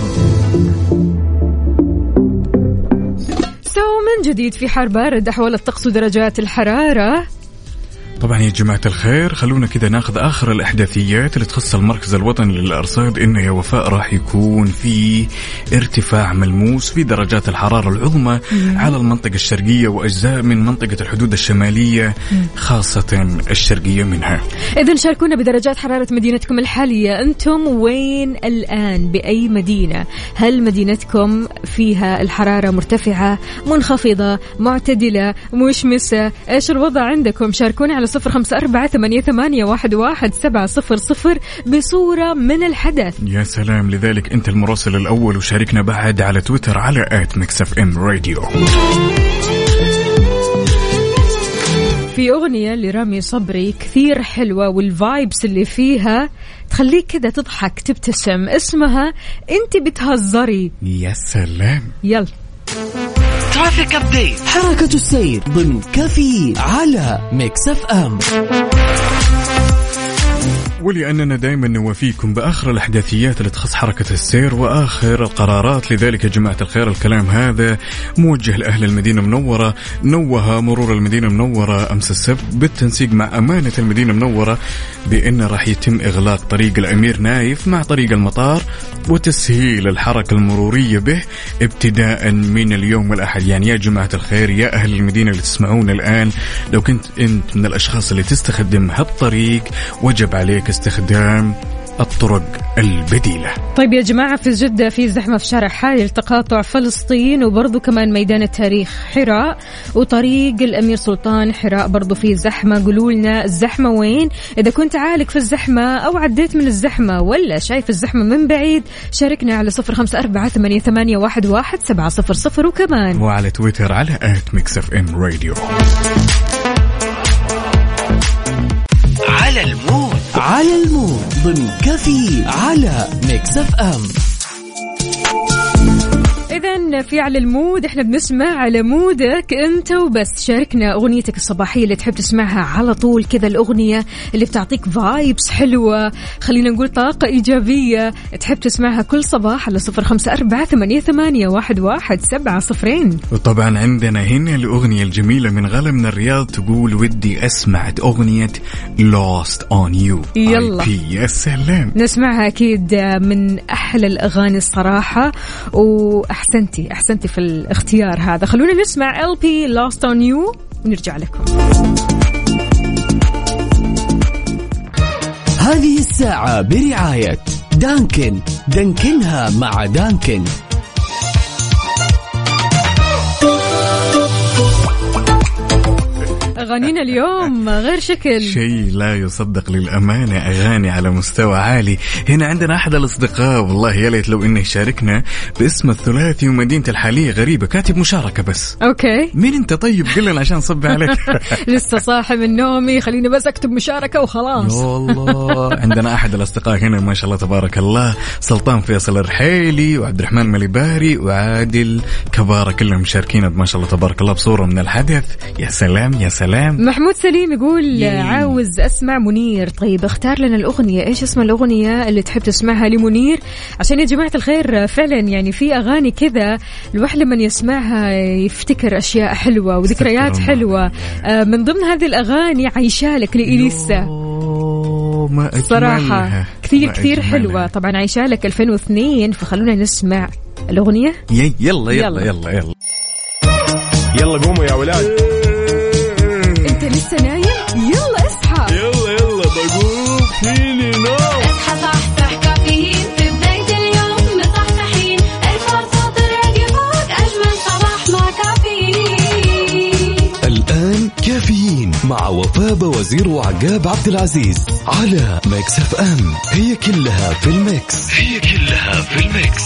سو من جديد في حار بارد، أحوال الطقس ودرجات الحرارة. طبعا يا جماعة الخير، خلونا كذا ناخذ آخر الإحداثيات اللي تخص المركز الوطني للأرصاد. إنه يا وفاء راح يكون في ارتفاع ملموس في درجات الحرارة العظمى مم. على المنطقة الشرقية وأجزاء من منطقة الحدود الشمالية مم. خاصة الشرقية منها. إذن شاركونا بدرجات حرارة مدينتكم الحالية. أنتم وين الآن؟ بأي مدينة؟ هل مدينتكم فيها الحرارة مرتفعة، منخفضة، معتدلة، مشمسة؟ إيش الوضع عندكم؟ شاركونا على صفر خمسة أربعة ثمانية ثمانية واحد واحد سبعة صفر صفر بصورة من الحدث. يا سلام، لذلك أنت المراسل الأول. وشاركنا بعد على تويتر على آت ميكس اف ام راديو. في أغنية لرامي صبري كثير حلوة، والفايبس اللي فيها تخليك كده تضحك تبتسم، اسمها أنت بتهزري. يا سلام. يلا ترافيك أبديت، حركة السير ضمن كافيين على ميكس اف ام. ولأننا دائما نوافيكم بآخر الأحداثيات اللي تخص حركة السير وآخر القرارات، لذلك يا جماعة الخير الكلام هذا موجه لأهل المدينة المنورة. نوه مرور المدينة المنورة أمس السبت بالتنسيق مع أمانة المدينة المنورة بأن راح يتم إغلاق طريق الأمير نايف مع طريق المطار وتسهيل الحركة المرورية به ابتداء من اليوم الأحد. يعني يا جماعة الخير، يا أهل المدينة اللي تسمعون الآن، لو كنت أنت من الأشخاص اللي تستخدم هالطريق وجب عليك استخدام الطرق البديلة. طيب يا جماعة، في جدة في زحمة في شارع حائل تقاطع فلسطين، وبرضو كمان ميدان التاريخ حراء، وطريق الأمير سلطان حراء برضو في زحمة. قولوا لنا الزحمة وين؟ إذا كنت عالق في الزحمة أو عديت من الزحمة ولا شايف الزحمة من بعيد، شاركنا على صفر خمسة أربعة ثمانية ثمانية واحد واحد سبعة صفر صفر، وكمان وعلى تويتر على آت ميكس اف ام راديو. على المود على المود ضمن كافي على ميكس اف ام. إذن في على المود احنا بنسمع على مودك انت وبس. شاركنا اغنيتك الصباحية اللي تحب تسمعها على طول كذا، الاغنية اللي بتعطيك فايبس حلوة، خلينا نقول طاقة ايجابية، تحب تسمعها كل صباح على صفر خمسة أربعة ثمانية ثمانية واحد واحد سبعة صفرين. وطبعا عندنا هنا الأغنية الجميلة من غلا من الرياض تقول ودي أسمع أغنية Lost on You. يلا يا سلام، نسمعها أكيد، من أحلى الأغاني الصراحة، وأحسنتي أحسنتي في الاختيار هذا. خلونا نسمع إل بي Lost on You ونرجع لكم. هذه الساعة برعاية دانكن، دانكنها مع دانكن. أغانينا اليوم غير شكل، شيء لا يصدق للأمانة، أغاني على مستوى عالي. هنا عندنا أحد الأصدقاء، والله يا ليت لو إنه يشاركنا باسم الثلاثي ومدينة الحالية غريبة، كاتب مشاركة بس. أوكي، مين أنت؟ طيب قل لنا عشان نصب عليك. لسه صاحي من نومي، خليني بس أكتب مشاركة وخلاص. والله عندنا أحد الأصدقاء هنا ما شاء الله تبارك الله، سلطان فيصل الرحيلي وعبد الرحمن مليباري وعادل كبارة، كلهم مشاركين ما شاء الله تبارك الله بصورة من الحدث. يا سلام يا سلام. محمود سليم يقول يي. عاوز أسمع منير. طيب اختار لنا الأغنية، إيش اسم الأغنية اللي تحب تسمعها لمنير؟ عشان يا جماعة الخير فعلا يعني في أغاني كذا الواحد لما يسمعها يفتكر أشياء حلوة وذكريات حلوة. آه من ضمن هذه الأغاني عايشالك لإليسا، صراحة كثير كثير حلوة. طبعا عايشالك ألفين واثنين، فخلونا نسمع الأغنية. يلا يلا يلا يلا يلا, يلا قوموا يا ولاد. لسه نايم؟ يلا اصحى. يلا يلا بقوم فيني نوم. اصحى صحصح كافيين في بداية اليوم مصحصحين، الفرصة تراقي فوق أجمل صباح مع كافيين. الآن كافيين مع وفاء وزير وعقاب عبد العزيز على ميكس اف ام. هي كلها في الميكس، هي كلها في الميكس.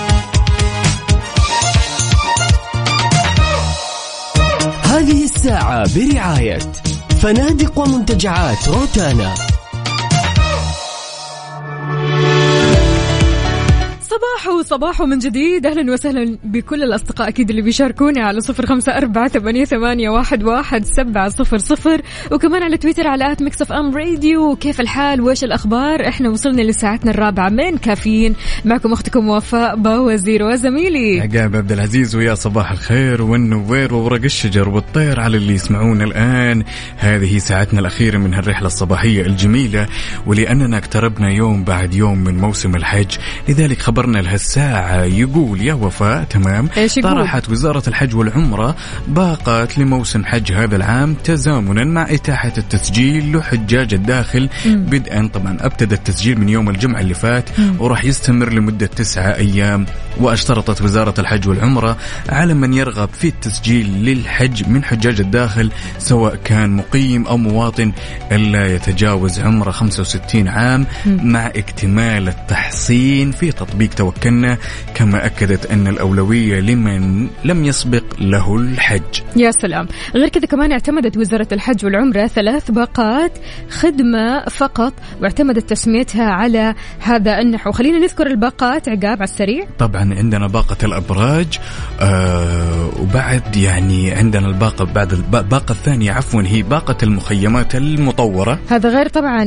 هذه الساعة برعاية فنادق ومنتجعات روتانا. صباح وصباح من جديد. أهلا وسهلا بكل الأصدقاء أكيد اللي بيشاركوني على صفر خمسة أربعة ثمانية ثمانية واحد واحد سبعة صفر صفر، وكمان على تويتر على آت ميكس أف أم راديو. كيف الحال وإيش الأخبار؟ إحنا وصلنا لساعتنا الرابعة من كافيين، معكم أختكم وفاء باوزير وزميلي عقاب عبد العزيز. ويا صباح الخير والنوير وورق الشجر والطير على اللي يسمعونا الآن. هذه ساعتنا الأخيرة من هالرحلة الصباحية الجميلة، ولأننا اقتربنا يوم بعد يوم من موسم الحج، لذلك خبرنا لهالساعة يقول يا وفاء تمام طرحت وزارة الحج والعمرة باقات لموسم حج هذا العام تزامنا مع إتاحة التسجيل لحجاج الداخل. بدءا طبعا ابتدى التسجيل من يوم الجمعة اللي فات وراح يستمر لمدة تسعة أيام. واشترطت وزارة الحج والعمرة على من يرغب في التسجيل للحج من حجاج الداخل سواء كان مقيم أو مواطن ألا يتجاوز عمره خمسة وستين عام مع اكتمال التحصين في تطبيق توكلنا، كما أكدت أن الأولوية لمن لم يسبق له الحج. يا سلام. غير كذا كمان اعتمدت وزارة الحج والعمرة ثلاث باقات خدمة فقط، واعتمدت تسميتها على هذا النحو. خلينا نذكر الباقات عقاب على السريع. طبعا عندنا باقة الأبراج، آه وبعد يعني عندنا الباقة بعد الباقة الثانية عفوا هي باقة المخيمات المطورة. هذا غير طبعا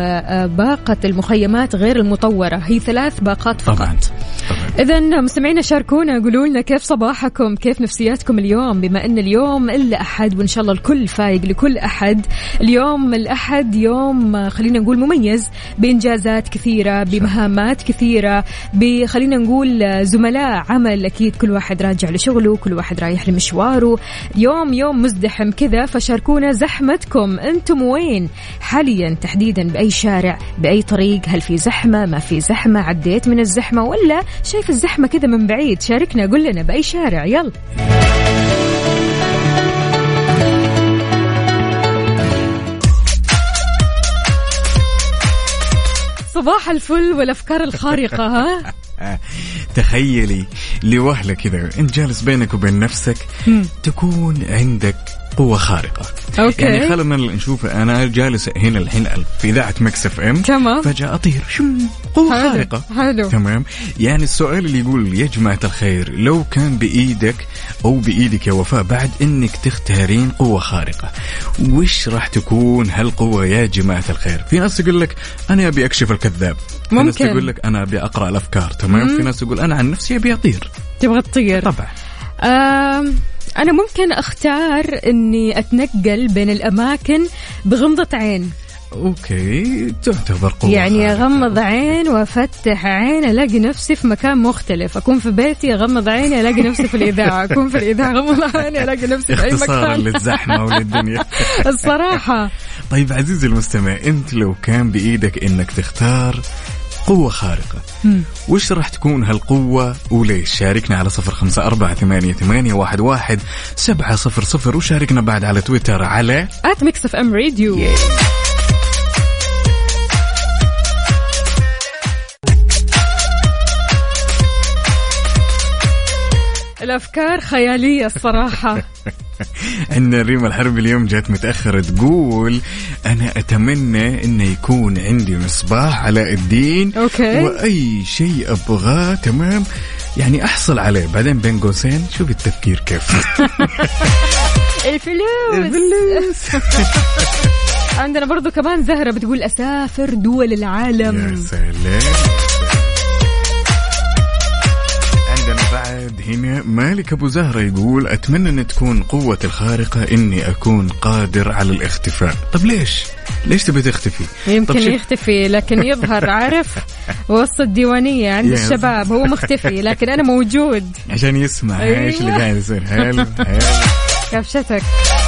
باقة المخيمات غير المطورة، هي ثلاث باقات فقط. طبعا. طبعا. إذن مستمعينا شاركونا، قولوا لنا كيف صباحكم، كيف نفسياتكم اليوم، بما أن اليوم إلا أحد وإن شاء الله الكل فايق لكل أحد. اليوم الأحد يوم خلينا نقول مميز بإنجازات كثيرة، بمهامات كثيرة، خلينا نقول زملاء عمل أكيد كل واحد راجع لشغله، كل واحد رايح لمشواره. يوم يوم مزدحم كذا، فشاركونا زحمتكم، أنتم وين حاليا تحديدا، بأي شارع، بأي طريق، هل في زحمة ما في زحمة، عديت من الزحمة ولا شايف الزحمة كذا من بعيد؟ شاركنا، قل لنا بأي شارع. يلا صباح الفل والأفكار الخارقة. ها تخيلي لوهلة كذا انت جالس بينك وبين نفسك م. تكون عندك قوة خارقة. أوكي. يعني خلنا نشوف، أنا جالس هنا الحين في إذاعة ميكس اف ام، تمام، فجأة أطير شو قوة حلو. خارقة. حلو. تمام. يعني السؤال اللي يقول يا جماعة الخير، لو كان بإيدك أو بإيدك يا وفاء بعد إنك تختارين قوة خارقة، وش راح تكون هالقوة يا جماعة الخير؟ في ناس يقول لك أنا أبي أكشف الكذاب، في ناس تقول لك أنا أبي أقرأ الأفكار، تمام. في ناس يقول أنا عن نفسي أبي أطير. تبغى تطير؟ طبعا. أم أنا ممكن أختار أني أتنقل بين الأماكن بغمضة عين. أوكي، تعتبر قوة يعني أغمض عين وأفتح عين ألاقي نفسي في مكان مختلف. أكون في بيتي أغمض عيني ألاقي نفسي في الإذاعة، أكون في الإذاعة أغمض عيني ألاقي نفسي في أي مكان. اختصارا للزحمة وللدنيا. الصراحة. طيب عزيزي المستمع، أنت لو كان بإيدك إنك تختار قوة خارقة، مم. وش راح تكون هالقوة وليش؟ شاركنا على صفر خمسة أربعة ثمانية ثمانية واحد واحد سبعة صفر صفر، وشاركنا بعد على تويتر على آت ميكس أف أم راديو. yeah. الأفكار خيالية الصراحة. عندنا ريما الحرب اليوم جات متأخرة، تقول أنا أتمنى إنه يكون عندي مصباح علاء الدين. أوكي. وأي شيء أبغاه تمام يعني أحصل عليه. بعدين بين قوسين شوف التفكير كيف. الفلوس. الفلوس. عندنا برضو كمان زهرة بتقول أسافر دول العالم. يا سلام. بعد هنا مالك أبو زهرة يقول أتمنى أن تكون قوة الخارقة إني أكون قادر على الاختفاء. طب ليش؟ ليش تبي تختفي؟ يمكن يختفي لكن يظهر، عارف، وسط الديوانية عند الشباب هو مختفي لكن أنا موجود عشان يسمع. أيوة. إيش اللي قاعد يصير؟ حلو حلو. كبشتك.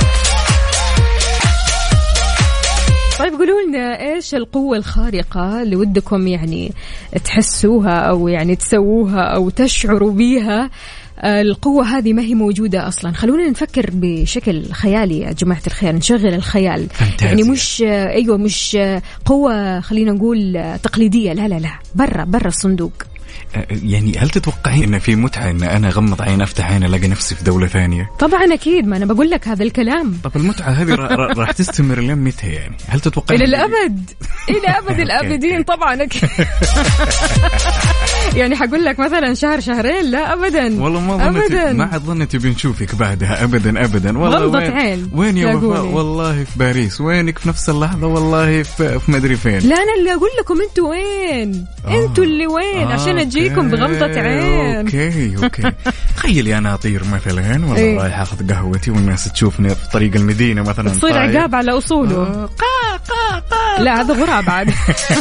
طيب قولوا لنا إيش القوة الخارقة اللي ودكم يعني تحسوها أو يعني تسووها أو تشعروا بيها. القوة هذه ما هي موجودة أصلا. خلونا نفكر بشكل خيالي يا جماعة الخير، نشغل الخيال. فانتازيا. يعني مش أيوة مش قوة خلينا نقول تقليدية، لا لا لا، برا برا الصندوق. يعني هل تتوقعين ان في متعه ان انا اغمض عين افتح عين الاقي نفسي في دوله ثانيه؟ طبعا اكيد، ما انا بقول لك هذا الكلام. طب المتعه هذه راح تستمر لين متى يعني؟ هل تتوقعين الى الابد؟ الى ابد الابدين طبعا اكيد. يعني حقول لك مثلا شهر شهرين؟ لا ابدا والله ما ظنيت، ما ظنيت بنشوفك بعدها ابدا ابدا. والله غمضة وين عين. وين يا وفاء؟ والله في باريس. وينك في نفس اللحظه؟ والله في, في مدري فين. لا انا اللي اقول لكم انتوا وين. آه. انتوا اللي وين آه. عشان اجيكم بغمضة عين. اوكي اوكي. تخيلي انا اطير مثلا والله إيه؟ رايح اخذ قهوتي والناس تشوفني في طريق المدينه مثلا، تصير عقاب على اصوله. آه. قا قا قا. لا هذا غراب بعد.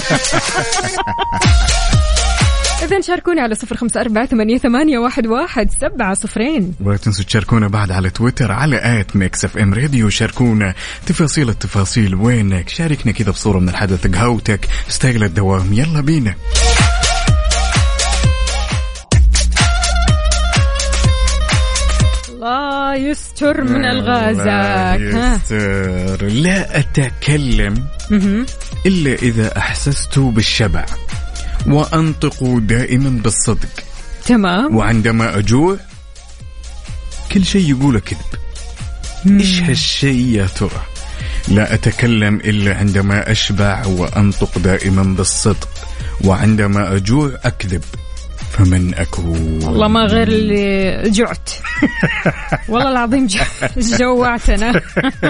إذن شاركونا على صفر خمسة أربعة ثمانية ثمانية واحد واحد سبعة صفرين. ولا تنسوا تشاركونا بعد على تويتر على آت ميكس اف ام راديو. شاركونا تفاصيل التفاصيل، وينك؟ شاركنا كذا بصورة من الحدث، قهوتك، ستايل الدوام. يلا بينا. الله يستر من الغازك. يستر. لا أتكلم إلا إذا أحسست بالشبع، وأنطق دائما بالصدق. تمام. وعندما أجوع كل شيء يقوله كذب. إيش هالشيء يا ترى؟ لا أتكلم إلا عندما أشبع، وأنطق دائما بالصدق، وعندما أجوع أكذب. فمن أكون؟ والله ما غير اللي جعت. والله العظيم جوعتنا.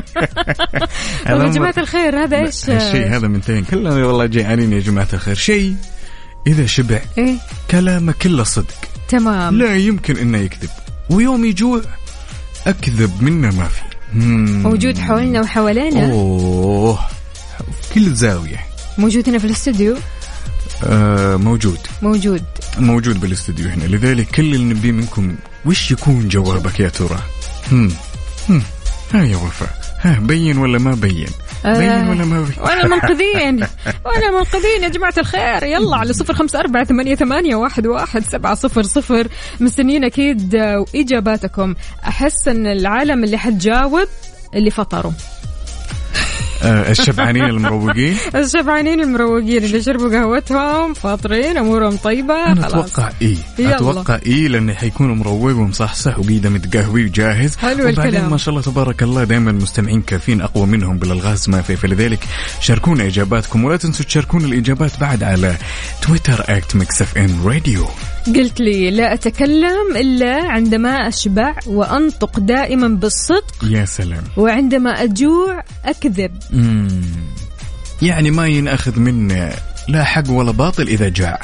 طيب يا جماعة الخير هذا إيش؟ الشيء هذا من تين كلنا والله جيعانين يا جماعة الخير. شيء إذا شبع إيه؟ كلامه كله صدق. تمام. لا يمكن إنه يكذب، ويوم يجوع أكذب منه ما في. موجود حولنا وحوالينا. أوه في كل زاوية. موجود هنا في الاستوديو. آه موجود موجود موجود بالاستوديو هنا. لذلك كل اللي نبي منكم وش يكون جوابك يا ترى؟ هم هم ها يا وفاء، ها بين ولا ما بين؟ بين ولا ما بين؟ وانا منقذين وانا منقذين يا جماعة الخير. يلا على صفر خمسة أربعة ثمانية ثمانية واحد واحد سبعة صفر صفر مستنيين أكيد إجاباتكم. أحس أن العالم اللي حتجاوب اللي فطروا. آه الشبعانين المروقين. الشبعانين المروقين اللي شربوا قهوتهم فاطرين أمورهم طيبة. أنا أتوقع إيه أتوقع إيه لأنه حيكونوا مروق ومصحصح وقيدة متقهوي وجاهز. حلو الكلام. ما شاء الله تبارك الله دائما مستمعين كافيين أقوى منهم بالألغاز ما في. فلذلك شاركونا إجاباتكم، ولا تنسوا تشاركونا الإجابات بعد على تويتر آت ميكس اف ام راديو. قلت لي لا أتكلم إلا عندما أشبع، وأنطق دائما بالصدق. يا سلام. وعندما أجوع أكذب. مم. يعني ما ينأخذ منه لا حق ولا باطل إذا جاع،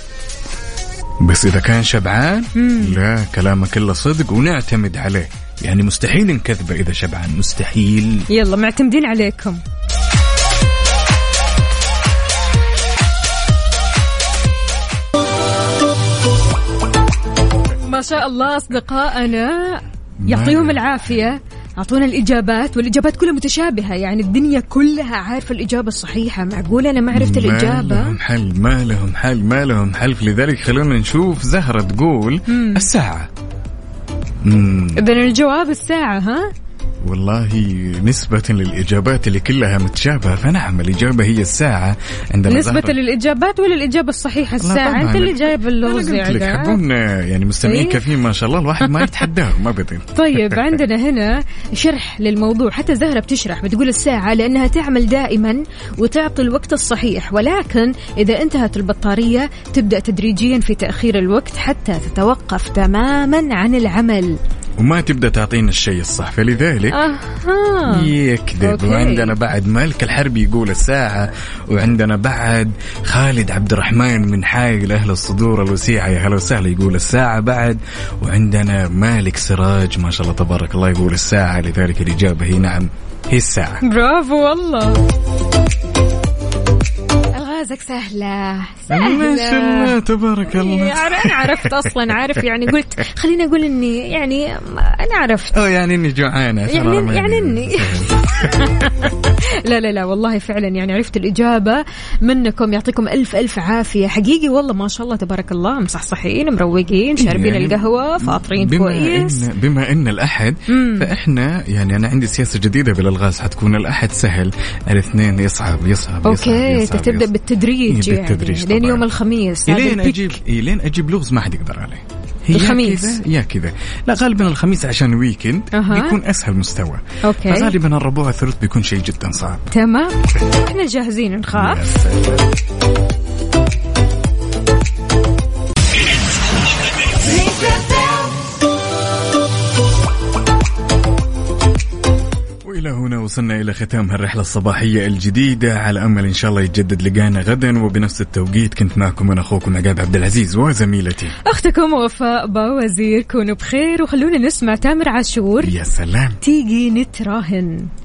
بس إذا كان شبعان مم. لا كلامه كله صدق ونعتمد عليه. يعني مستحيل نكذبه إذا شبعان، مستحيل. يلا معتمدين عليكم. ما شاء الله أصدقائنا يعطيهم العافية، أعطونا الإجابات، والإجابات كلها متشابهة. يعني الدنيا كلها عارفة الإجابة الصحيحة. معقول أنا ما عرفت الإجابة؟ ما لهم حل ما لهم حل ما لهم حل. لذلك خلونا نشوف. زهرة تقول مم. الساعة. إذن الجواب الساعة. ها والله نسبة للإجابات اللي كلها متشابهة فنعم الإجابة هي الساعة. عندنا نسبة للإجابات ولا الإجابة الصحيحة الساعة؟ أنت اللي جايب اللغز يعني. حبون يعني مستمعين إيه؟ كثير ما شاء الله الواحد ما يتحداهم أبدا. طيب عندنا هنا شرح للموضوع. حتى زهرة بتشرح بتقول الساعة لأنها تعمل دائما وتعطي الوقت الصحيح، ولكن إذا انتهت البطارية تبدأ تدريجيا في تأخير الوقت حتى تتوقف تماما عن العمل وما تبدأ تعطينا الشيء الصح. فلذلك أها. يكذب. وعندنا بعد مالك الحربي يقول الساعة، وعندنا بعد خالد عبد الرحمن من حائل أهل الصدور الوسيعة يا هلا وسهلا يقول الساعة بعد. وعندنا مالك سراج ما شاء الله تبارك الله يقول الساعة. لذلك الإجابة هي نعم هي الساعة. برافو والله. ألغازك سهلة سهلة ما شاء الله تبارك الله. يعني أنا عرفت أصلا عارف يعني قلت خليني أقول إني يعني أنا عرفت. أو يعني إني جوعانة يعني يعني إني لا لا لا والله فعلا يعني عرفت الإجابة منكم. يعطيكم ألف ألف عافية حقيقي والله ما شاء الله تبارك الله، مصحصحين مروقين شاربين يعني القهوة فاطرين بما كويس. إن بما إن الأحد مم. فإحنا يعني أنا عندي سياسة جديدة بالألغاز، حتكون الأحد سهل، الاثنين يصعب يصعب أوكي يصعب تبدأ يصعب. بالتدريج إيه يعني بالتدريج لين يوم الخميس. لين أجيب إيه لين أجيب لغز ما حد يقدر عليه. هي الخميس كذا يا كذا، لا غالبا الخميس عشان ويكند أه. بيكون أسهل مستوى. أوكي. فغالبا الربوع الثلث بيكون شيء جدا صعب. تمام احنا جاهزين نخاف. وإلى هنا وصلنا إلى ختام هالرحلة الصباحية الجديدة، على أمل إن شاء الله يتجدد لقانا غدا وبنفس التوقيت. كنت معكم أنا أخوكم عقاب عبد العزيز وزميلتي أختكم وفاء باوزير. كونوا بخير وخلونا نسمع تامر عاشور. يا سلام. تيجي نتراهن.